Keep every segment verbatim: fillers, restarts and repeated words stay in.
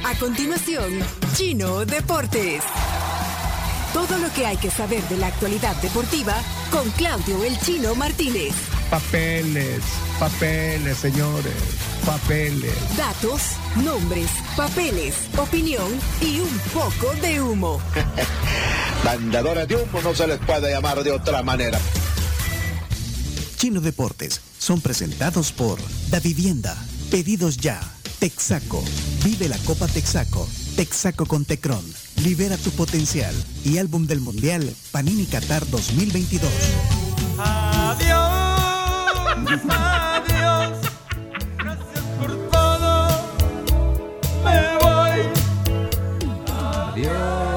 A continuación, Chino Deportes. Todo lo que hay que saber de la actualidad deportiva con Claudio El Chino Martínez. Papeles, papeles, señores, papeles. Datos, nombres, papeles, opinión y un poco de humo. Mandadores de humo no se les puede llamar de otra manera. Chino Deportes son presentados por Da Vivienda, Pedidos Ya, Texaco, Vive la Copa Texaco, Texaco con Tecron, Libera tu Potencial y Álbum del Mundial Panini Qatar dos mil veintidós. Adiós, adiós, gracias por todo, me voy. Adiós.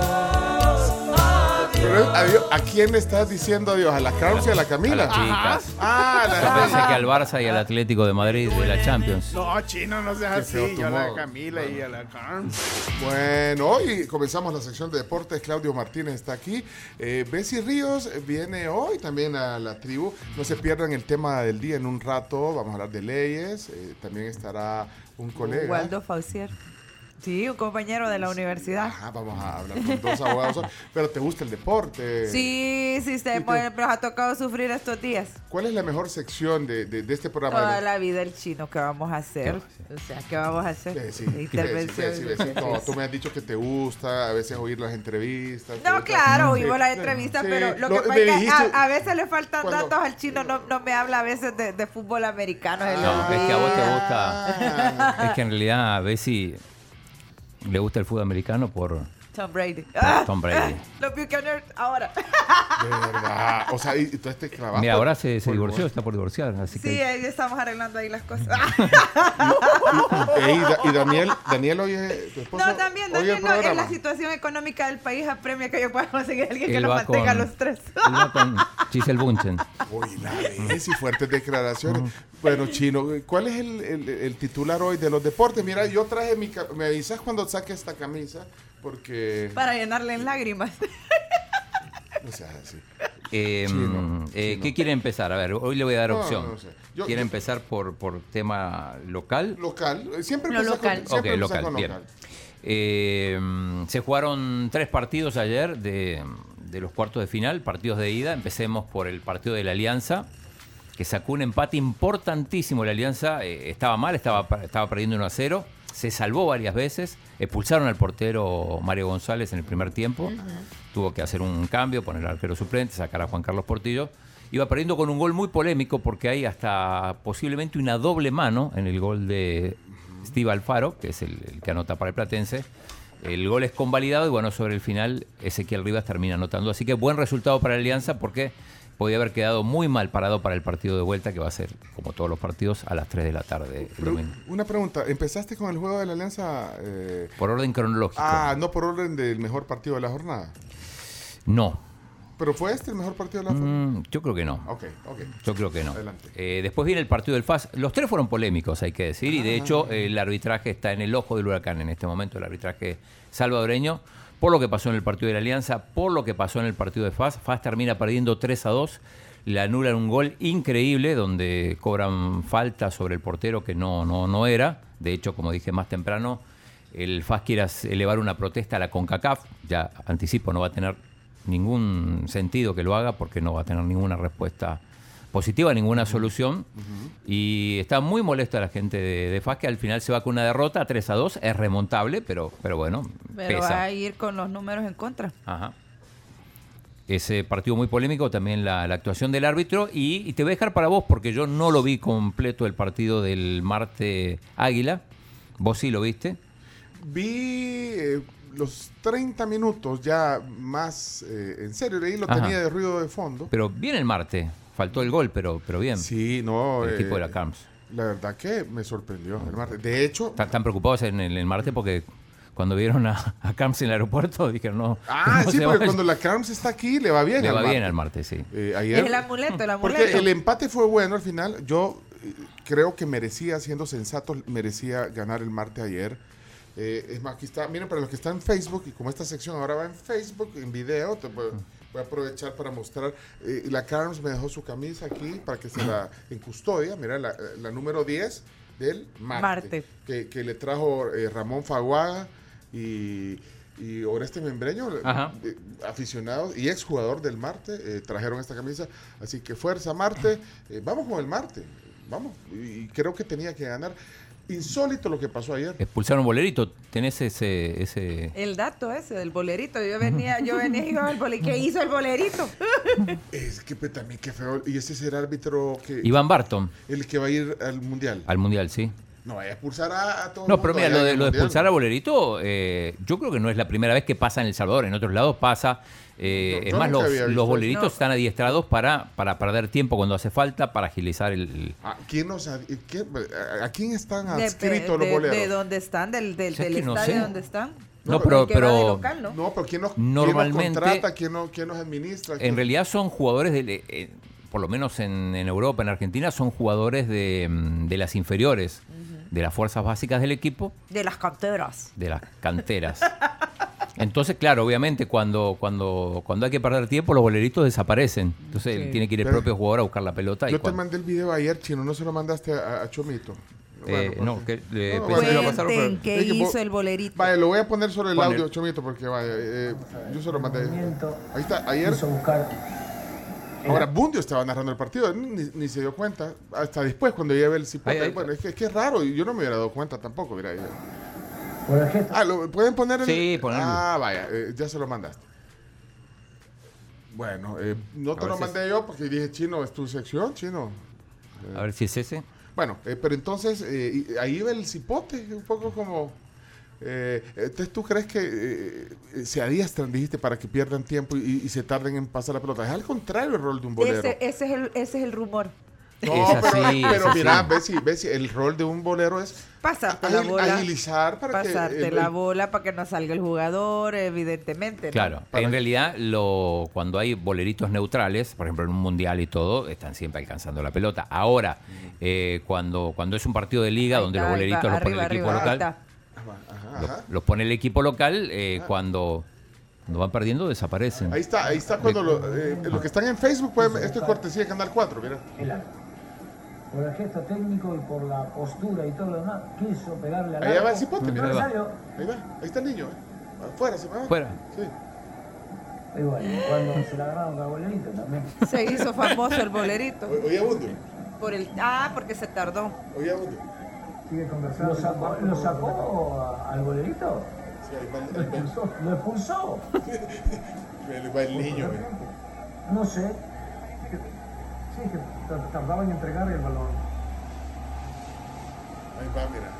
Pero, adiós. ¿A quién le estás diciendo adiós? ¿A la Carlos y a la Camila? A las chicas. Ah, la... Yo pensé que al Barça y al Atlético de Madrid de la Champions. No, Chino, no seas Qué feo así. tu Yo a la modo. Camila y a la Carmen. Bueno, hoy comenzamos la sección de deportes. Claudio Martínez está aquí. Eh, Bessie Ríos viene hoy también a la tribu. No se pierdan el tema del día en un rato. Vamos a hablar de leyes. Eh, también estará un colega. Waldo Faucier. Sí, un compañero de la universidad. Ajá, vamos a hablar con dos abogados. Pero ¿te gusta el deporte? Sí, sí, se ¿Y pues, te- nos ha tocado sufrir estos días. ¿Cuál es la mejor sección de, de, de este programa? Toda la vida el chino, ¿qué vamos a hacer? O sea, ¿qué vamos a hacer? Bessie, Intervención. Bessie, Bessie, Bessie. No, tú me has dicho que te gusta a veces oír las entrevistas. ¿te No, gusta? claro, Sí. oímos las entrevistas, Sí. pero lo Lo- que pasa me es que dijiste- a, a veces le faltan Cuando- datos al chino, no, no me habla a veces de, de fútbol americano. se le No, es que a vos te olvida. gusta. Es que en realidad a Bessie le gusta el fútbol americano por, Tom Brady. por Tom Brady. Los Buccaneers ahora. De verdad. O sea, y, y todo este trabajo. Mira, ahora se, se por divorció, vos. está por divorciar. Así Sí, que ahí estamos arreglando ahí las cosas. Ey, y, Da- y Daniel, Daniel oye, tu esposo. No, también, oye también el no, en programa. la situación económica del país apremia que yo pueda conseguir a alguien que él nos va mantenga con, a los tres. él va con Giselle Bunchen. Uy, la ves, y fuertes declaraciones. Bueno, Chino, ¿cuál es el, el- el titular hoy de los deportes? Mira, yo traje mi... ca- Me avisas cuando saque esta camisa, porque... Para llenarle en lágrimas. No seas así. Eh, Chino, eh, chino. ¿Qué quiere empezar? A ver, hoy le voy a dar No, opción. no sé. Yo- ¿Quiere yo- empezar por, por tema local? Local, eh, siempre Lo empieza local. con, siempre Ok, empieza local, con bien. local. Eh, se jugaron tres partidos ayer de, de los cuartos de final, partidos de ida. Empecemos por el partido de la Alianza, que sacó un empate importantísimo. La Alianza eh, estaba mal, estaba, estaba perdiendo uno a cero. Se salvó varias veces. Expulsaron al portero Mario González en el primer tiempo. Uh-huh. Tuvo que hacer un cambio, poner al arquero suplente, sacar a Juan Carlos Portillo. Iba perdiendo con un gol muy polémico porque hay hasta posiblemente una doble mano en el gol de Steve Alfaro, que es el, el que anota para el Platense. El gol es convalidado y bueno, sobre el final Ezequiel Rivas termina anotando. Así que buen resultado para la Alianza porque podía haber quedado muy mal parado para el partido de vuelta, que va a ser, como todos los partidos, a las tres de la tarde el Pero, domingo. una pregunta, ¿empezaste con el juego de la Alianza? Eh... Por orden cronológico. Ah, no por orden del mejor partido de la jornada. No. ¿Pero fue este el mejor partido de la jornada? Mm, yo creo que no. Ok, ok. Yo creo que no. Adelante. Eh, después viene el partido del F A S. Los tres fueron polémicos, hay que decir, y de hecho el arbitraje está en el ojo del huracán en este momento, el arbitraje salvadoreño, por lo que pasó en el partido de la Alianza, por lo que pasó en el partido de F A S. F A S termina perdiendo tres a dos, le anulan un gol increíble donde cobran falta sobre el portero que no, no, no era. De hecho, como dije más temprano, el F A S quiere elevar una protesta a la CONCACAF. Ya anticipo, no va a tener ningún sentido que lo haga porque no va a tener ninguna respuesta positiva, ninguna solución. Uh-huh. Y está muy molesta la gente de, de F A S, que al final se va con una derrota tres a dos. Es remontable, pero, pero bueno, Pero pesa. va a ir con los números en contra. Ajá. Ese partido muy polémico, también la, la actuación del árbitro. Y, y te voy a dejar para vos, porque yo no lo vi completo el partido del Marte Águila. ¿Vos sí lo viste? Vi eh, los treinta minutos ya más eh, en serio. Ahí lo Ajá. tenía de ruido de fondo. Pero bien el Marte. Faltó el gol, pero, pero bien. Sí, no. El eh, equipo de la Carms. La verdad que me sorprendió el Marte. De hecho... Están, están preocupados en el, el Marte porque cuando vieron a, a Carms en el aeropuerto dijeron no. Ah, no sí, se porque vaya. cuando la Carms está aquí le va bien. Le al va Marte. bien al Marte, sí. Eh, Es ayer, el amuleto, el amuleto. porque el empate fue bueno al final. Yo eh, creo que merecía, siendo sensato, merecía ganar el Marte ayer. Eh, es más, aquí está. Miren, para los que están en Facebook, y como esta sección ahora va en Facebook, en video, te voy, voy a aprovechar para mostrar. Eh, la Carms me dejó su camisa aquí para que se la en custodia. Mira, la, la número diez del Marte. Marte. Que, que le trajo eh, Ramón Faguaga. y, y Oreste Membreño, eh, aficionados y exjugador del Marte, eh, trajeron esta camisa. Así que fuerza Marte, eh, vamos con el Marte, vamos. Y creo que tenía que ganar. Insólito lo que pasó ayer. Expulsaron Bolerito, tenés ese... ese... El dato ese del Bolerito. Yo venía, yo venía y iba al Bolerito. ¿Qué hizo el Bolerito? Es que pues, también qué feo. Y ese será el árbitro que... Iván Barton. El que va a ir al Mundial. Al Mundial, sí. No, vaya a expulsar a, a todos. No, pero mira, lo de, lo de expulsar a Bolerito, eh, yo creo que no es la primera vez que pasa en El Salvador. En otros lados pasa. Eh, No, es yo más, nunca los, había visto los eso. boleritos No. están adiestrados para, para perder tiempo cuando hace falta, para agilizar el... el- ¿A quién, nos, a, qué- a quién están De, adscritos los de, boleros? de dónde están, del, del, ¿Sabes del que no estadio sé? donde están. No, pero- El que va de pero- local, ¿no? No, pero ¿quién nos, Normalmente- quién nos contrata? ¿Quién, no, quién nos administra? En ¿Quién? realidad son jugadores, de, eh, por lo menos en, en Europa, en Argentina, son jugadores de, mm, de las inferiores, de las fuerzas básicas del equipo, De las canteras. de las canteras. Entonces, claro, obviamente, cuando, cuando, cuando hay que perder tiempo, los boleritos desaparecen. Entonces, Sí. tiene que ir el Pero- propio jugador a buscar la pelota. y Yo te cuando- mandé el video ayer, Chino, ¿no se lo mandaste a, a Chomito? Eh, Bueno, no, porque- que, eh, No, pensé bueno, que iba a pasar, Cuenten pero- qué Es que vos- hizo el Bolerito. Vaya, lo voy a poner sobre el Pon audio, el- Chomito, porque vaya, eh, yo se lo mandé. Ahí está, ayer. Quiso buscar. Ahora, Bundio estaba narrando el partido, ni, ni se dio cuenta. Hasta después, cuando ya ve el cipote. Ahí, ahí. Bueno, es que, es que es raro, y yo no me hubiera dado cuenta tampoco. Mira, ya. Por el gesto. Ah, ¿lo, ¿pueden poner el...? Sí, ponerlo. Ah, vaya, eh, ya se lo mandaste. Bueno, eh, no te A ver lo si mandé yo porque dije, Chino, es tu sección, Chino. A ver si es ese. Bueno, eh, pero entonces, eh, y- ahí ve el cipote, un poco como... Eh, entonces, ¿tú crees que eh, se adiestran, dijiste, para que pierdan tiempo y, y se tarden en pasar la pelota? Es al contrario el rol de un bolero. Ese, ese, es el, ese es el rumor. No, Es así, pero, es pero así. mira, ves si, ves si el rol de un bolero es Pasarte la agil- bola. agilizar para Pasarte que... el- la el- bola para que no salga el jugador, evidentemente. ¿no? Claro, Para- en realidad lo, cuando hay boleritos neutrales, por ejemplo en un mundial y todo, están siempre alcanzando la pelota. Ahora, eh, cuando, cuando es un partido de liga Ahí donde está, los ahí boleritos va, los pone arriba, el equipo arriba, ahí local, está. Ajá, los, ajá. los pone el equipo local, eh, cuando, cuando van perdiendo desaparecen. Ahí está, ahí está cuando lo, eh, los que están en Facebook pueden, esto es cortesía de Canal cuatro, mira. El arco. Por el gesto técnico y por la postura y todo lo demás, quiso pegarle al Ahí va el arco. cipote, No mira. le Ahí va. salió. Ahí va, ahí está el niño. eh. Afuera, se va. Fuera. Sí. Y bueno, cuando se la agarraron a Bolerito también. Se hizo famoso el Bolerito. O- Oye, Bundio. Por el, ah, porque se tardó. Oye, Bundio. Sigue conversando. ¿Lo sacó, ¿lo sacó a- al Bolerito? Sí, ahí va el, Lo ahí va el- expulsó. Lo expulsó. ahí va el niño. eh. No sé. Sí, que tar- tardaba en entregar el balón. Ahí va, mira.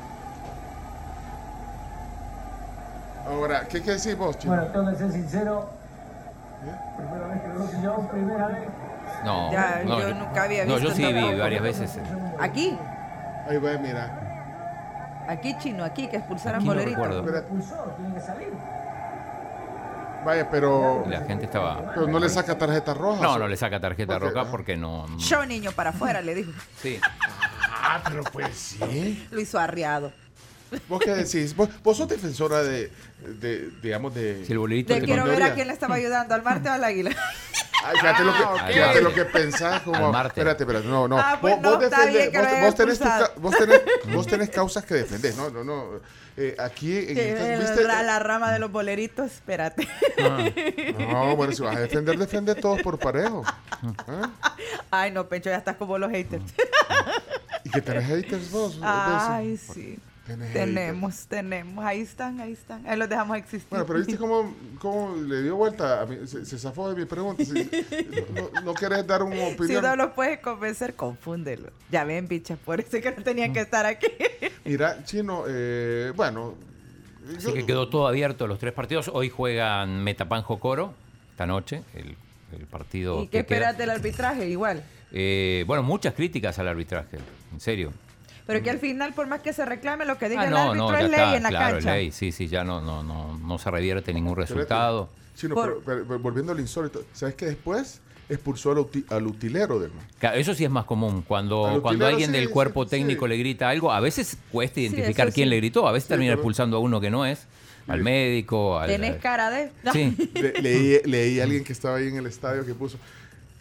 Ahora, ¿qué, qué decís vos, Chino? Bueno, tengo que ser sincero. Primera vez que lo veo yo, primera vez. No, Ya, no, yo nunca había No, yo visto sí vi tampoco. varias veces. eh. Aquí, Ahí va, mira. aquí Chino, aquí, que expulsaran Aquí no Bolerito. recuerdo. Lo expulsó, tiene que salir. Vaya, pero, La gente estaba... pero no le saca tarjeta roja. No, ¿sí? no le saca tarjeta ¿Por qué? roja porque no... no- Yo, niño, para afuera, le dijo. Sí. Ah, pero pues sí. Lo hizo arriado. ¿Vos qué decís? ¿Vos, vos sos defensora de, de digamos, de... Si el bolerito Te te quiero ver teoría. a quién le estaba ayudando, al Marte o al Águila. Ay, fíjate lo que, Ah, ok. fíjate lo que pensás como... Al Marte. Espérate, espérate, no, no. Ah, pues no, está bien que vos, lo haya vos tenés, tus expulsado. ca- vos, tenés, vos tenés causas que defender, no, no, no. Eh, aquí, en Que estas- el- ¿viste? la, la rama de los boleritos, espérate. No, bueno, si vas a defender, defiende todos por parejo. ¿Ah? Ay, no, Pencho, ya estás como los haters. Y que tenés haters vos. Ay, sí. Tenés Tenemos, tenemos. Ahí están, ahí están. Ahí los dejamos existir. Bueno, pero viste cómo, cómo le dio vuelta, a mí, se, se zafó de mi pregunta. Si- no, no querés dar una Si opinión. no los puedes convencer, confúndelo. Ya ven, bicha, por eso es que no tenían que estar aquí. Mira, Chino, eh, bueno. Así yo- que quedó todo abierto los tres partidos. Hoy juegan Metapan Jocoro, esta noche, el, el partido ¿Y qué que queda. esperas del arbitraje? Igual. Eh, bueno, muchas críticas al arbitraje, en serio. Pero que al final, por más que se reclame, lo que diga Ah, el no, árbitro no, ya es ley está, en la claro, cancha. es ley, sí, sí, ya no, no, no, no se revierte ningún Espérate. resultado. Chino, Por- pero- pero volviendo al insólito, ¿sabes que después expulsó al, uti- al utilero del man? Claro, eso sí es más común. Cuando, Al cuando utilero, alguien sí, del cuerpo sí, técnico sí. le grita algo, a veces cuesta identificar eso quién sí. le gritó, a veces Sí, termina pero- expulsando a uno que no es, al médico, al... Tenés cara de... Sí, Le- leí, leí a alguien que estaba ahí en el estadio que puso,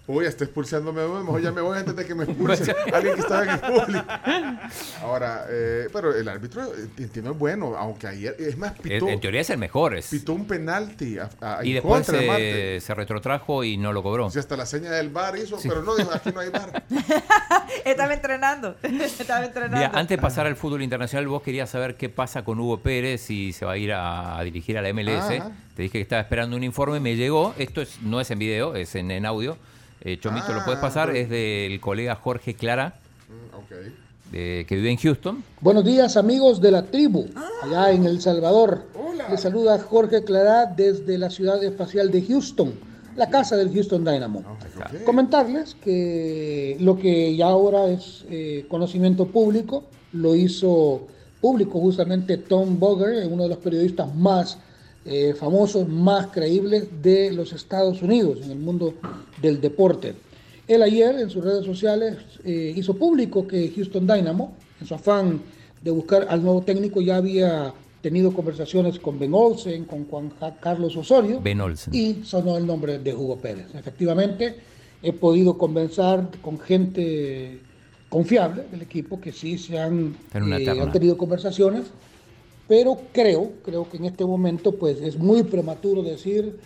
Uy, está expulsándome, mejor ya me voy antes de que me expulse alguien que estaba en el público. Ahora, eh, pero el árbitro, entiendo, es bueno, aunque ayer, es más, pitó... En, en teoría es el mejor. Es. Pitó un penalti a, a, y después se, se retrotrajo y no lo cobró. O sea, hasta la seña del V A R hizo, sí. Pero no, dijo, aquí no hay V A R. Estaba entrenando, estaba entrenando. Mira, antes de pasar al fútbol internacional, vos querías saber qué pasa con Hugo Pérez, si se va a ir a, a dirigir a la M L S. Ajá. Te dije que estaba esperando un informe, me llegó, esto es, no es en video, es en, en audio. Eh, Chomito, ah, lo puedes pasar, pero... es del colega Jorge Clara, okay. de, que vive en Houston. Buenos días, amigos de la tribu, ah. allá en El Salvador. Hola. Les saluda Jorge Clara desde la ciudad espacial de Houston, la casa del Houston Dynamo. Okay. Comentarles que lo que ya ahora es eh, conocimiento público, lo hizo público justamente Tom Boger, uno de los periodistas más Eh, famosos, más creíbles de los Estados Unidos en el mundo del deporte. Él ayer en sus redes sociales eh, hizo público que Houston Dynamo, en su afán de buscar al nuevo técnico, ya había tenido conversaciones con Ben Olsen, con Juan Carlos Osorio, Ben Olsen. Y sonó el nombre de Hugo Pérez. Efectivamente, he podido conversar con gente confiable del equipo que sí se han, eh, han tenido conversaciones. Pero creo, creo que en este momento pues es muy prematuro decir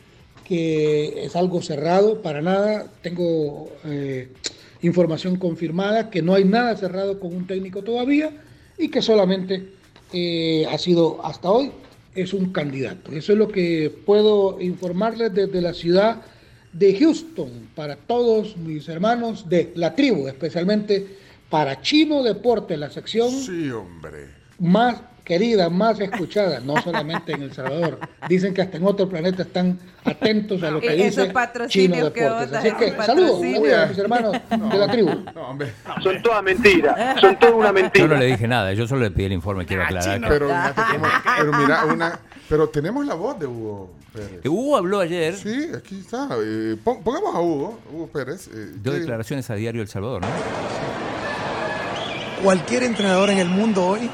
que es algo cerrado, para nada. Tengo eh, información confirmada que no hay nada cerrado con un técnico todavía y que solamente eh, ha sido hasta hoy es un candidato. Eso es lo que puedo informarles desde la ciudad de Houston para todos mis hermanos de la tribu, especialmente para Chino Deporte, la sección sí, hombre. más querida, más escuchada, no solamente en El Salvador. Dicen que hasta en otro planeta están atentos a lo que dice Chino Deportes. Así que saludos a mis hermanos no, de la tribu. No, hombre. Son todas mentiras, son todas una mentira. Yo no le dije nada, yo solo le pedí el informe, quiero aclarar. Pero, pero mira, una, pero tenemos la voz de Hugo Pérez. Hugo habló ayer. Sí, aquí está. Eh, pongamos a Hugo, Hugo Pérez. Eh, Dio que... declaraciones a Diario El Salvador, ¿no? Cualquier entrenador en el mundo hoy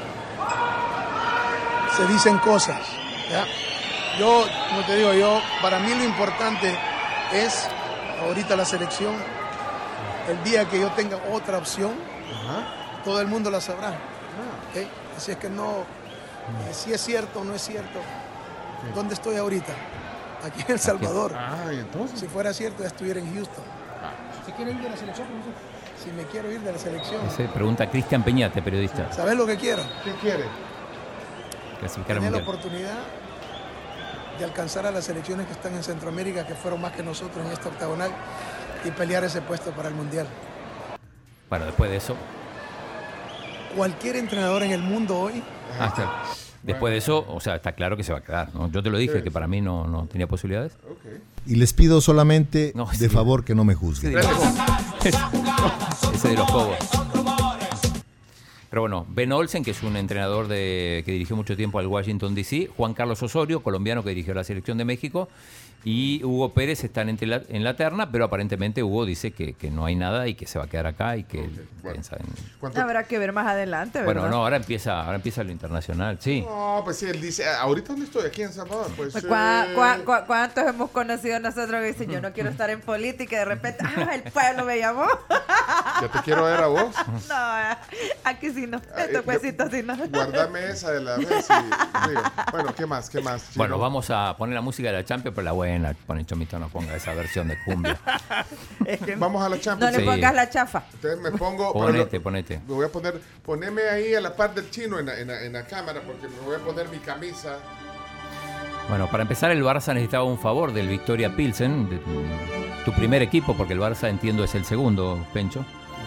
se dicen cosas, ¿ya? Yo, como te digo, yo, para mí lo importante es ahorita la selección. El día que yo tenga otra opción, uh-huh. todo el mundo la sabrá. Uh-huh. ¿Okay? Así es que no, uh-huh. eh, si es cierto o no es cierto. Okay. ¿Dónde estoy ahorita? Aquí en El Salvador. Ah, ¿y entonces? Si fuera cierto, ya estuviera en Houston. Ah. ¿Se quiere ir de la selección? Si me quiero ir de la selección. Se pregunta Cristian Peñate, periodista. ¿Sabes lo que quiero? ¿Qué quiere? Tener la oportunidad de alcanzar a las selecciones que están en Centroamérica, que fueron más que nosotros en esta octagonal, y pelear ese puesto para el Mundial. Bueno, después de eso... Cualquier entrenador en el mundo hoy... Ah, está. Después de eso, o sea, está claro que se va a quedar, ¿no? Yo te lo dije, que para mí no, no tenía posibilidades. Okay. Y les pido solamente, no, de sí, favor, que no me juzguen. Ese de los juegos. Pero bueno, Ben Olsen, que es un entrenador de, que dirigió mucho tiempo al Washington D C, Juan Carlos Osorio, colombiano que dirigió la selección de México, y Hugo Pérez están en la, en la terna, pero aparentemente Hugo dice que, que no hay nada y que se va a quedar acá y que okay, bueno. piensa en... Habrá que ver más adelante, ¿verdad? Bueno, no, ahora empieza, ahora empieza lo internacional, sí. No, pues sí, él dice, ahorita dónde estoy, aquí en Salvador, pues... ¿Cu eh... cu cu ¿Cuántos hemos conocido nosotros que dicen, yo no quiero estar en política y de repente, ah, el pueblo me llamó? ¿Ya te quiero ver a vos? No, aquí sí no, estos huesitos sí no. Guárdame esa de la vez y digo, bueno, ¿qué más, qué más? Chino? Bueno, vamos a poner la música de la Champions, pero la buena, pone Chomito, no ponga esa versión de cumbia. Es que vamos a la Champions. No le pongas sí. la chafa. Entonces me pongo... Ponete, ponete. Me voy a poner, poneme ahí a la par del Chino en la, en la, en la cámara, porque me voy a poner mi camisa. Bueno, para empezar, el Barça necesitaba un favor del Victoria Pilsen, de tu, tu primer equipo, porque el Barça, entiendo, es el segundo, Pencho.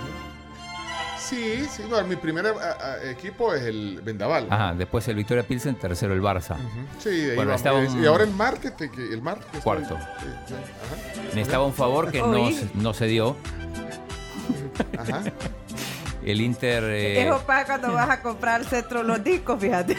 Sí, sí, no, mi primer a, a, equipo es el Vendaval. Ajá, después el Victoria Pilsen, tercero el Barça. Uh-huh. Sí, ahí bueno, va, un... y ahora el marketing, el marketing cuarto. Estoy, sí, ajá. Necesitaba un favor que no, no se dio. Ajá. El Inter... Eh... Eso para cuando vas a comprar al centro los discos, fíjate.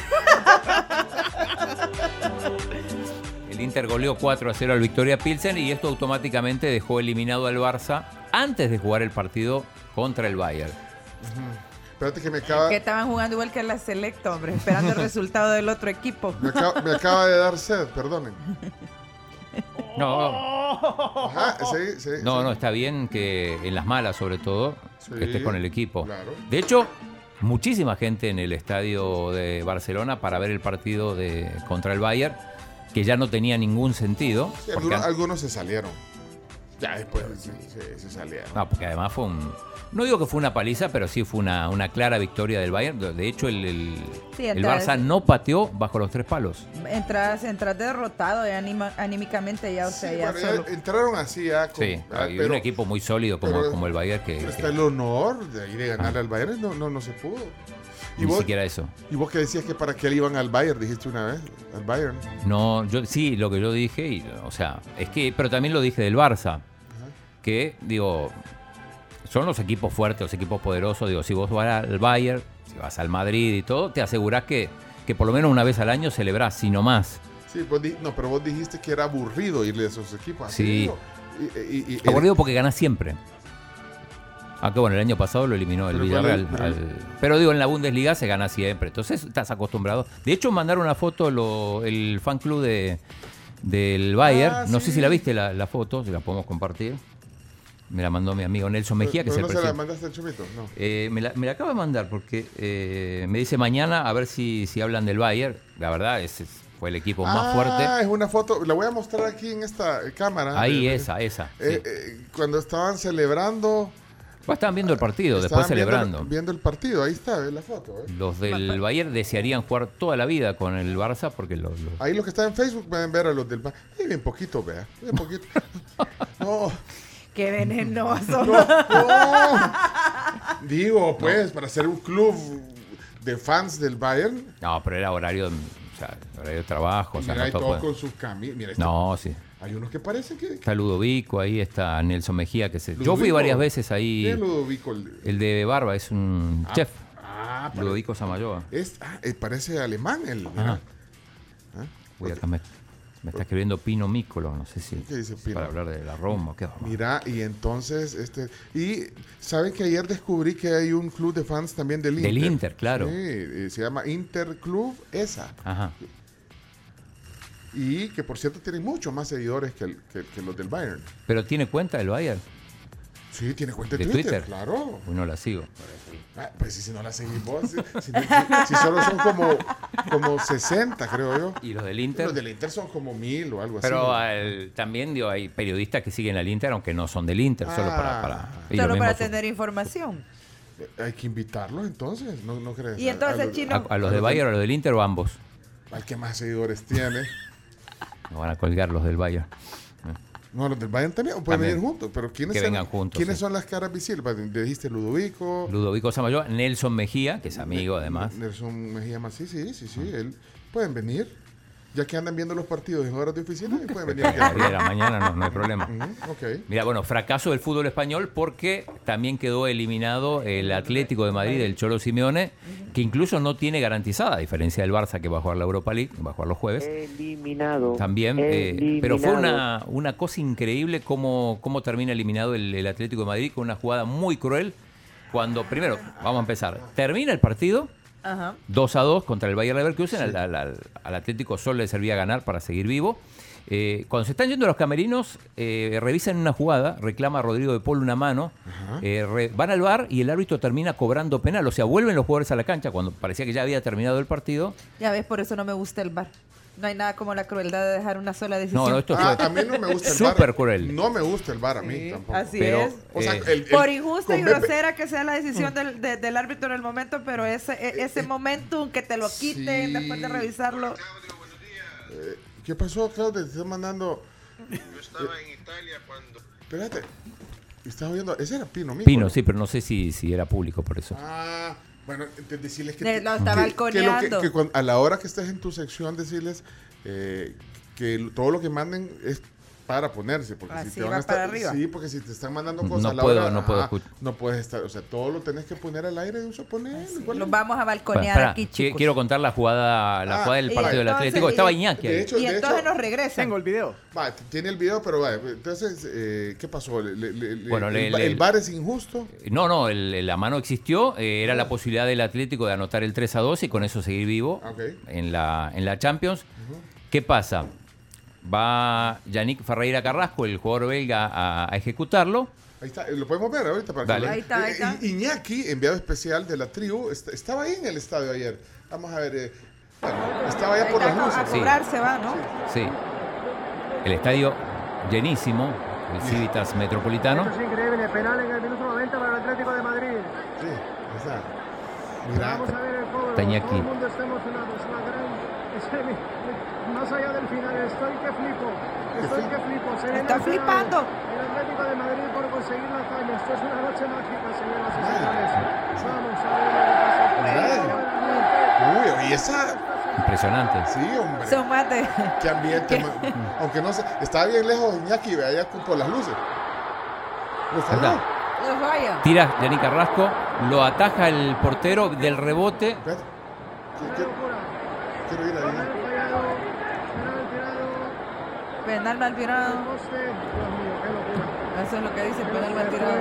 El Inter goleó cuatro a cero al Victoria Pilsen y esto automáticamente dejó eliminado al Barça antes de jugar el partido contra el Bayern. Uh-huh. Espérate que me acaba... Que estaban jugando igual que la Selecta, hombre, esperando el resultado del otro equipo. Me acaba, me acaba de dar sed, perdonen. No, Ajá, sí, sí, No, sí. no, está bien que en las malas, sobre todo, Sí, que estés con el equipo. claro. De hecho, muchísima gente en el estadio de Barcelona para ver el partido de contra el Bayern, que ya no tenía ningún sentido. Sí, porque algunos, an- algunos se salieron. Ya después sí, sí, se salieron. No, porque además fue un... No digo que fue una paliza, pero sí fue una, una clara victoria del Bayern. De hecho, el, el, Sí, el entonces- Barça no pateó bajo los tres palos. Entras, entras derrotado y anima- anímicamente ya, o sea, Sí, ya bueno, solo. ya entraron así ya con- Sí, ah, hay pero- un equipo muy sólido como, pero- como el Bayern que, pero que está el honor de ir de ganarle al Bayern, no, no, no se pudo. ¿Y ni vos, siquiera eso. y vos que decías que para qué le iban al Bayern, dijiste una vez, al Bayern. No, yo sí, lo que yo dije, y, o sea, es que, pero también lo dije del Barça, que, digo, son los equipos fuertes, los equipos poderosos, digo, si vos vas al Bayern, si vas al Madrid y todo, te asegurás que, que por lo menos una vez al año celebrás, si no más. Sí, vos di- no, pero vos dijiste que era aburrido irle a esos equipos. así Sí. digo. Y, y- y- Aburrido porque ganás siempre. Aunque bueno, el año pasado lo eliminó el Pero Villarreal. ¿cuál es? al- Pero digo, en la Bundesliga se gana siempre. Entonces estás acostumbrado. De hecho, mandaron una foto lo- el fan club de, del Bayern. Ah, no sí. sé si la viste la, la foto, si la podemos compartir. Me la mandó mi amigo Nelson Mejía, que ¿Pero es el no se la presidente. mandaste al Chomito? No. Eh, me, la, me la acaba de mandar porque eh, me dice mañana a ver si, si hablan del Bayern. La verdad, ese fue el equipo más Ah, fuerte. es una foto, la voy a mostrar aquí en esta cámara. Ahí, Eh, esa, esa. eh, sí. eh, cuando estaban celebrando. Pues estaban viendo el partido, estaban después celebrando. Viendo, viendo el partido, ahí está, ve la foto. eh. Los del Bayern desearían jugar toda la vida con el Barça porque los... los- Ahí los que están en Facebook pueden ver a los del Bayern. Eh, bien poquito, vea. Bien poquito. No, Qué venenoso. no, no. Digo, pues, para ser un club de fans del Bayern. No, pero era horario, o sea, horario de trabajo. O sea, Mira, no y todo todos puede- con sus camisas. Mira, este- No, sí. hay unos que parecen que. Está Ludovico, ahí está Nelson Mejía. que se... Yo fui Ludovico. varias veces ahí. ¿Quién es Ludovico? El- El de Barba es un Ah, chef. Ah, pare- Ludovico Samayoa. es, ah, eh, parece alemán el. Ajá. mira. ¿Ah? Uy, acá me, me está escribiendo Pino Mícolo, no sé si ¿Qué dice es Pino? para hablar de la Roma. ¿Qué? Mira, y entonces, este, y saben que ayer descubrí que hay un club de fans también del Inter. Del Inter, claro. Sí, eh, se llama Inter Club esa. Ajá. Y que por cierto tiene mucho más seguidores que, el- que- que los del Bayern. Pero tiene cuenta el Bayern Sí, tiene cuenta de, de Twitter, Twitter. claro. Uy, no la sigo. Ah, pues si, si no la seguís vos, si, si- si- si solo son como, como sesenta, creo yo. ¿Y los del Inter? Los del Inter son como mil o algo Pero así. al- también digo, hay periodistas que siguen al Inter, aunque no son del Inter, solo para... para ellos Solo para mismos- tener información. Hay que invitarlos entonces, ¿no, no crees? Y A- entonces, a los- Chino- ¿A, a los de Bayern o a los del Inter o ambos? Al que más seguidores tiene. Nos van a colgar los del Bayern. No, los del Bayern también, o pueden También. venir juntos, pero ¿quiénes, Que son, vengan juntos, ¿quiénes sí. son las caras visibles? Le dijiste Ludovico, Ludovico Samayoa, Nelson Mejía, que es amigo además. Nelson Mejía más, sí, sí, sí, sí, él, pueden venir, ya que andan viendo los partidos en horas de oficina, pueden venir aquí. A las diez de la mañana no, no hay problema. Ujú, ok. Mira, bueno, fracaso del fútbol español porque también quedó eliminado el Atlético de Madrid del Cholo Simeone, que incluso no tiene garantizada, a diferencia del Barça que va a jugar la Europa League, va a jugar los jueves. Eliminado. También, eh, Eliminado. pero fue una, una cosa increíble cómo, cómo termina eliminado el, el Atlético de Madrid con una jugada muy cruel. Cuando, primero, vamos a empezar, termina el partido Ajá. dos a dos contra el Bayer Leverkusen, al, al- al- al Atlético solo le servía ganar para seguir vivo. Eh, cuando se están yendo los camerinos, eh, revisan una jugada, reclama a Rodrigo de Paul una mano, eh, re- van al V A R y el árbitro termina cobrando penal, o sea, vuelven los jugadores a la cancha cuando parecía que ya había terminado el partido. Ya ves, por eso no me gusta el bar. No hay nada como la crueldad de dejar una sola decisión. No, no, esto Ah, fue a mí no me gusta el bar. súper cruel. No me gusta el bar a mí Sí, tampoco. así Pero, es. O sea, eh, el- el- Por injusta y con Pepe- grosera que sea la decisión del, de- del árbitro en el momento, pero ese, e- ese momentum que te lo quiten Sí. después de revisarlo. Eh, ¿Qué pasó, Claudia? Te están mandando. Yo estaba en Italia cuando. Espérate. Estaba viendo. Ese era Pino Mícolo. Pino, sí, pero no sé si, si era público por eso. Ah, bueno, te- decirles que. Le- lo está que- balconeando. que lo que- que cuando- a la hora que estés en tu sección, decirles eh, que lo- todo lo que manden es para ponerse. Porque si Así te van va a estar, para arriba. Sí, porque si te están mandando No cosas a la puedo, hora, no puedo ajá, escuchar. no puedes estar. O sea, todo lo tenés que poner al aire de un soponer. Los vamos a balconear Bueno, pará, aquí, qui- chicos. quiero contar la jugada, la Ah, jugada del y partido del entonces, Atlético. y- Estaba Iñaki ahí. De hecho, y de entonces hecho- nos regresan. Tengo el video. Va, t- tiene el video, pero va. Entonces, eh, ¿qué pasó? Le- le- le- Bueno, el, le- ba- le- el bar es injusto. No, no, el- la mano existió, eh, era la posibilidad del Atlético de anotar el tres a dos y con eso seguir vivo Ok. en, la, en la Champions. ¿Qué pasa? Va Yannick Ferreira Carrasco, el jugador belga, a, a ejecutarlo. Ahí está, lo podemos ver ahorita para Dale. que lo Ahí está, ahí está. I- Iñaki, enviado especial de la tribu, est- estaba ahí en el estadio ayer. Vamos a ver, eh, bueno, estaba allá Ahí por las está, luces. a cobrarse va, ¿no? Sí. El estadio llenísimo, el Civitas Metropolitano. Esto es increíble, penal en el minuto noventa para el Atlético de Madrid. Sí, está. Mira, Vamos a ver el cobro. Está Iñaki. Todo el mundo está emocionado. Es una gran... es que- más allá del final, estoy que flipo. Estoy que flipo. Se viene Está el final. flipando. El Atlético de Madrid por conseguir la hazaña. Esto es una noche mágica, señoras y señores. Vamos a ver lo que pasa. uy, y esa... Impresionante. Sí, hombre. Son más de... Qué ambiente. ¿Qué? ma- Aunque no sé, estaba bien lejos Iñaki, ve allá por las luces. Lo Ahí falló. está. Los vaya. Tira Yannick Carrasco, lo ataja el portero del rebote. Espérate. ¿Qué- qué- Quiero ir ahí. Penal mal tirado. Eso es lo que dice, penal mal tirado.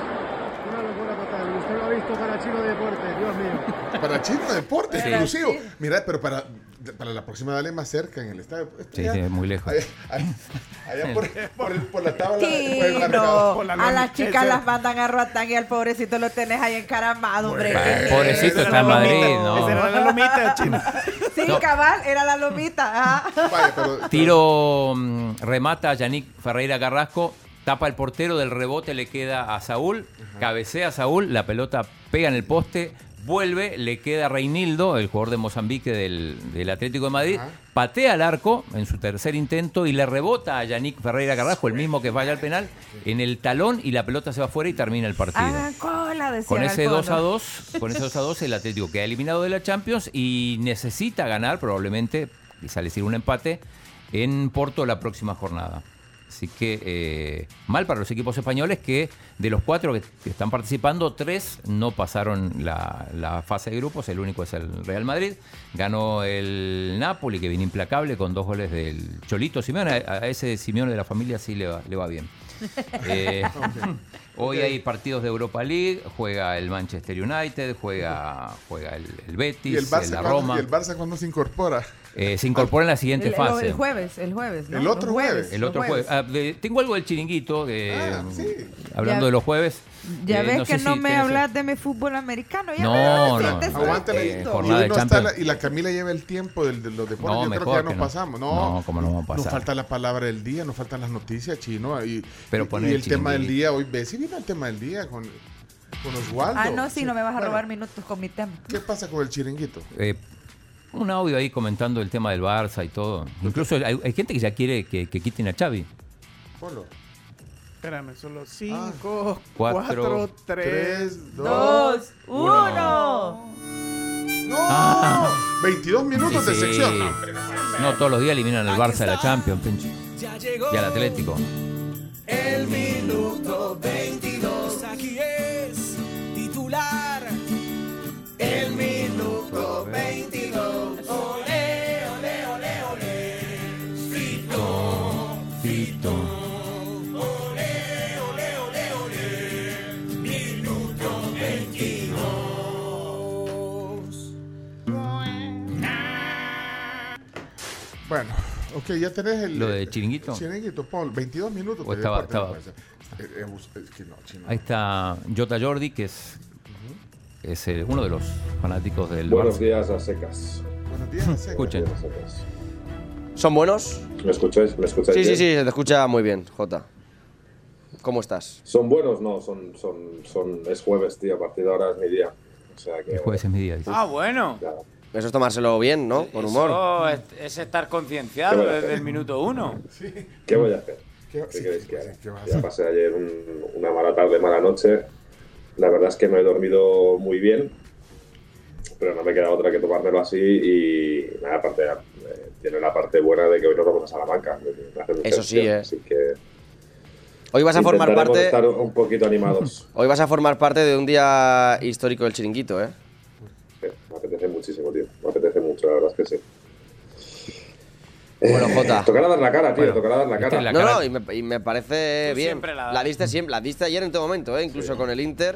Una locura total. Usted lo ha visto para Chino Deportes, Dios mío. Para Chino Deportes, Sí. exclusivo. Sí. Mira, pero para, para la próxima dale más cerca en el estadio. Sí, sí, muy lejos. Allá, allá- allá por, por, el- por la tabla. por el marcador. Tino, a las chicas las mandan a Roatán y al pobrecito lo tenés ahí encaramado, hombre. Bueno, ¿Qué pobrecito es? está en Madrid, ¿no? Esa era la lomita, Chino. Sí, No. cabal, era la lomita. Ajá. Vaya, pero, Tiro, mm, remata a Yannick Ferreira Carrasco, tapa el portero, del rebote le queda a Saúl, cabecea a Saúl, la pelota pega en el poste, vuelve, le queda a Reinildo, el jugador de Mozambique del, del Atlético de Madrid, Ajá. patea al arco en su tercer intento y le rebota a Yannick Ferreira Carrasco, el mismo que falla al penal, en el talón y la pelota se va afuera y termina el partido. Ah, cola, decía. Con ese dos a dos, con ese dos a dos el Atlético queda eliminado de la Champions y necesita ganar probablemente, quizá decir un empate, en Porto la próxima jornada. Así que eh, mal para los equipos españoles que de los cuatro que, que están participando, tres no pasaron la, la fase de grupos, el único es el Real Madrid. Ganó el Napoli, que viene implacable con dos goles del Cholito Simeone. A, a ese Simeone de la familia sí le va, le va bien. Eh, hoy hay partidos de Europa League, juega el Manchester United, juega, juega el, el Betis, ¿Y el Barça, el la cuándo, Roma. ¿Y el Barça cuándo se incorpora? Eh, se incorpora en la siguiente El, fase. el jueves, el jueves. ¿no? El otro Los jueves. El los otro jueves. Ah, de- tengo algo del chiringuito, de, Ah, sí. hablando Ya- de los jueves. Ya Eh, ves no que sé no si me tenés- hablas de mi fútbol americano. Ya No, veo que no, sientes no. Aguántale. Eh, y, jornada de uno está Champions. la- y la Camila lleva el tiempo del- de, los deportes. No, Yo creo que mejor ya que nos no. pasamos. No, No, ¿cómo no vamos a nos pasar? falta la palabra del día, nos faltan las noticias, Chino. Y, Pero y- poner y el el tema del chiringuito. día, hoy ves si vino el tema del día con, con Oswaldo. Ah, no, sí, no me vas a Bueno, robar minutos con mi tema. ¿Qué pasa con el chiringuito? Eh, un audio ahí comentando el tema del Barça y todo. Incluso hay, hay gente que ya quiere que, que quiten a Xavi. Ponlo. Espérame, solo cinco, Cuatro, cuatro, tres, tres, Dos, uno. ¡No! Ah. veintidós minutos Sí, de sí. sección. No, todos los días eliminan al Barça de la Champions, pinche. Ya llegó Y al Atlético. el minuto veintidós. Aquí es titular. El minuto veintidós. Olé, olé, olé, olé. Fito, Fito. olé, olé, olé, olé. Minuto veintidós. Bueno, ok, ya tenés el. Lo de chiringuito. el chiringuito, Paul. veintidós minutos. O de estaba- deporte, estaba- me parece. Eh, eh, bus- es que no, Chino. Ahí está Jota Jordi, que es, es el- uno de los fanáticos del Buenos Barça. días a secas. Buenos días, a secas. Escuchen. Buenos días a secas. ¿Son buenos? ¿Me escucháis? ¿Me escucháis Sí, sí, bien? sí, se te escucha muy bien, Jota. ¿Cómo estás? ¿Son buenos? No, son, son, son, es jueves, tío, a partir de ahora es mi día. O sea que... El jueves es mi día. dice. Ah, bueno. Claro. Eso es tomárselo bien, ¿no? Con humor. Eso es, es estar concienciado ¿Qué voy a desde hacer? el minuto uno. ¿Qué voy a hacer? ¿Qué, ¿Qué sí, queréis sí, que haga? sí, ¿qué vas a Ya hacer? pasé ayer un- una mala tarde, mala noche. La verdad es que no he dormido muy bien, pero no me queda otra que tomármelo así y nada, aparte eh, tiene la parte buena de que hoy nos vamos a Salamanca. Me hace mucha Eso sí, ilusión, ¿eh? Así que Hoy vas a formar intentaremos parte. estar un poquito animados. Hoy vas a formar parte de un día histórico del chiringuito, ¿eh? Sí, me apetece muchísimo, tío. Me apetece mucho, la verdad es que sí. Bueno, Jota. Tocará dar la cara, tío, Bueno, tocará dar la esta cara. es la No, cara- no, y me, y me parece Tú bien. siempre la das. La diste siempre, la diste ayer en todo momento, ¿eh? Incluso con el Inter.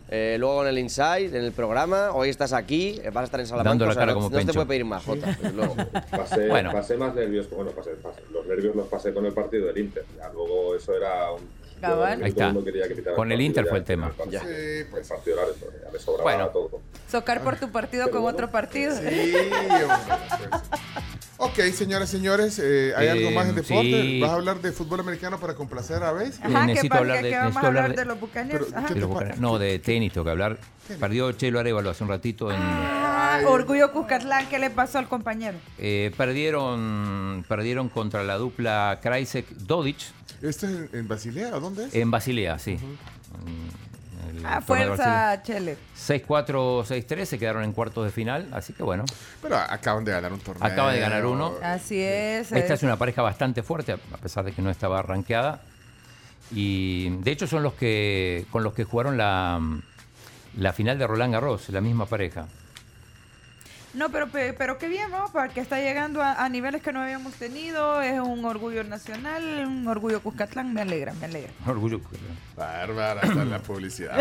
Eh, luego en el Inside, en el programa, hoy estás aquí, eh, vas a estar en Salamanca. Dando la o sea, cara no, como no te Pencho. puede pedir más, Jota. desde luego. Pasé, Bueno. pasé más nervios, bueno, pasé, pasé. Los nervios los pasé con el partido del Inter. Ya luego eso era un... Cabal. yo- Ahí todo el está. mundo quería que quitara Con el partido, Inter ya fue el que tema. el partido- Ya. Sí, pues el partido era eso, ya me sobraba Bueno. todo. Socar por tu partido Pero con bueno, otro partido. Sí, hombre, pues. Ok, señoras y señores, eh, ¿hay Eh, algo más en deporte? sí. ¿Vas a hablar de fútbol americano para complacer a Base? Ajá, que, necesito para, hablar que, de- que vamos necesito a hablar hablar de, de- los Buccaneers. Pero, Ajá. ¿qué De te los pasa? Bucaneros. No, de tenis tengo que hablar. Perdió Chelo Arevalo hace un ratito en... Ah, Orgullo Cuscatlán, ¿qué le pasó al compañero? Eh, perdieron, perdieron contra la dupla Krajicek-Dodic ¿Esto es en, en Basilea? ¿O dónde es? en Basilea, sí. En el Ah, torneo de Basilea. fuerza, Chele. seis cuatro, seis tres, se quedaron en cuartos de final, así que bueno, Pero acaban de ganar un torneo. acaba de ganar uno. Así es. Esta es. es una pareja bastante fuerte, a pesar de que no estaba rankeada. Y de hecho son los que con los que jugaron la, la final de Roland Garros, la misma pareja. No, pero, pe- pero qué bien, ¿no? Porque está llegando a, a niveles que no habíamos tenido. Es un orgullo nacional, un orgullo Cuscatlán. Me alegra, me alegra. Orgullo. Bárbara, hasta la publicidad.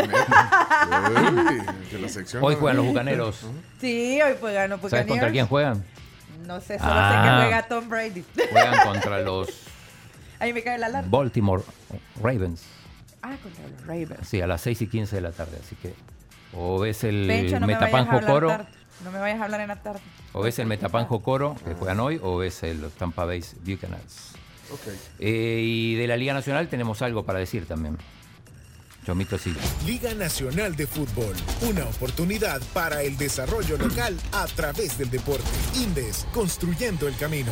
Uy, que la sección Hoy no- juegan los Bucaneros. Sí, hoy pues ganó Buccaneers. ¿Sabes contra quién juegan? No sé, solo sé Ah. que juega Tom Brady. Juegan contra los Ahí me cae la alarma. Baltimore Ravens. Ah, contra los Ravens. Sí, a las seis y quince de la tarde. Así que o ves el Pencho, no me vayas a Metapan hablar Jocoro, tarde. No me vayas a hablar en la tarde. o ves el Metapan Jocoro, que juegan hoy, o ves el Tampa Bay Buccaneers. Ok. Eh, y de la Liga Nacional tenemos algo para decir también. Chomito sí. Liga Nacional de Fútbol, una oportunidad para el desarrollo local a través del deporte. Indes, construyendo el camino.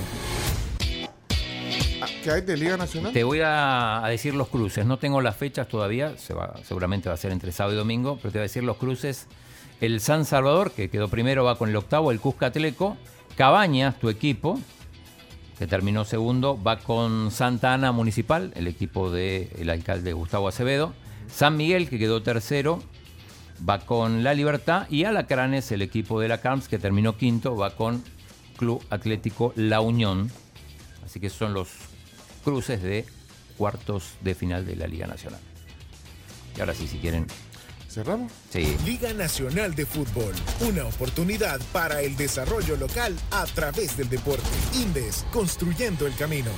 Ah, ¿qué hay de Liga Nacional? Te voy a, a decir los cruces. No tengo las fechas todavía. Se va, seguramente va a ser entre sábado y domingo. Pero te voy a decir los cruces. El San Salvador, que quedó primero, va con el octavo. El Cuscatleco. Cabañas, tu equipo, que terminó segundo, va con Santa Ana Municipal, el equipo del alcalde Gustavo Acevedo. San Miguel, que quedó tercero, va con La Libertad. Y Alacranes, el equipo de la Camps, que terminó quinto, va con Club Atlético La Unión. Así que son los cruces de cuartos de final de la Liga Nacional. Y ahora sí, si quieren... ¿Cerramos? Sí. Liga Nacional de Fútbol, una oportunidad para el desarrollo local a través del deporte. Indes, construyendo el camino.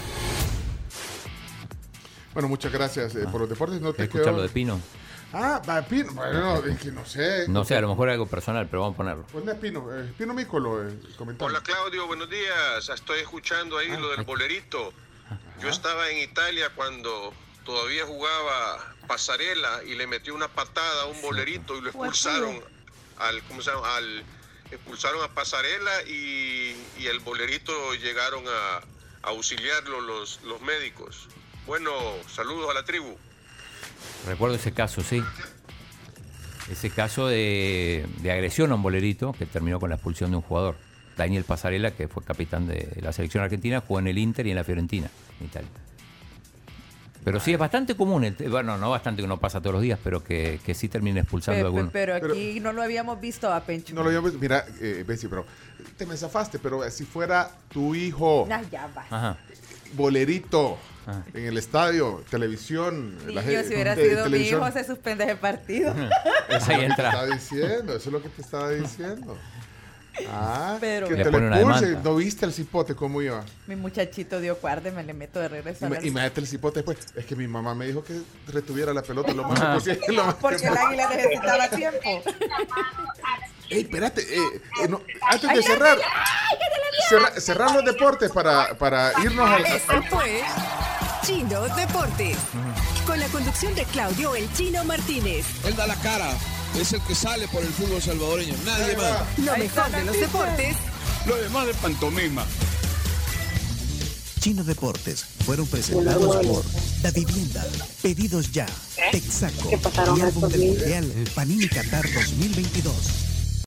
Bueno, muchas gracias eh, por los deportes. No te ¿Quieres escuchar quedó- lo de Pino? Ah, va, Pino. Bueno, es que no sé. No sé, a lo mejor es algo personal, pero vamos a ponerlo. Ponle a Pino. eh, Pino Mícolo, eh, comentario. Hola Claudio, buenos días. Estoy escuchando ahí lo del bolerito. Yo estaba en Italia cuando todavía jugaba Pasarela y le metió una patada a un bolerito y lo expulsaron al, ¿cómo se llama? Al, expulsaron a Pasarela y, y el bolerito llegaron a, a auxiliarlo los, los médicos. Bueno, saludos a la tribu. Recuerdo ese caso, sí. Ese caso de, de agresión a un bolerito que terminó con la expulsión de un jugador. Daniel Pasarela, que fue capitán de la selección argentina, jugó en el Inter y en la Fiorentina, en Italia. Pero sí es bastante común, el te- bueno, no bastante que no pasa todos los días, pero que, que sí termina expulsando Pe- a pe- alguno. pero aquí no lo habíamos visto a Pencho. No lo habíamos. Mira, eh, Bessie, pero te me zafaste, pero si fuera tu hijo, Nah, ya va. Ajá. bolerito, Ah. en el estadio, televisión. Niño, gen- si hubiera de- sido mi televisión. hijo, se suspende ese partido. Eso Ahí es lo que te entra. estaba diciendo, eso es lo que te estaba diciendo. Ah, Pero- que Le te pone le una pulse. demanda. ¿No viste el cipote cómo iba? Mi muchachito dio guarde, me le meto de regreso. a la- Imagínate el cipote después. Es que mi mamá me dijo que retuviera la pelota lo más Ah. posible. lo más Porque que- el águila necesitaba tiempo. Ey, espérate, eh, eh, no, antes de cerrar, cerra- cerrar los deportes para, para irnos al... Esto fue Chino Deportes. Con la conducción de Claudio El Chino Martínez. Él da la cara, es el que sale por el fútbol salvadoreño, nadie más. Lo Ahí mejor está de los la deportes Lo demás de pantomima. Chino Deportes fueron presentados por Da Vivienda, Pedidos Ya, Texaco y Álbum del Mundial Panini Qatar dos mil veintidós.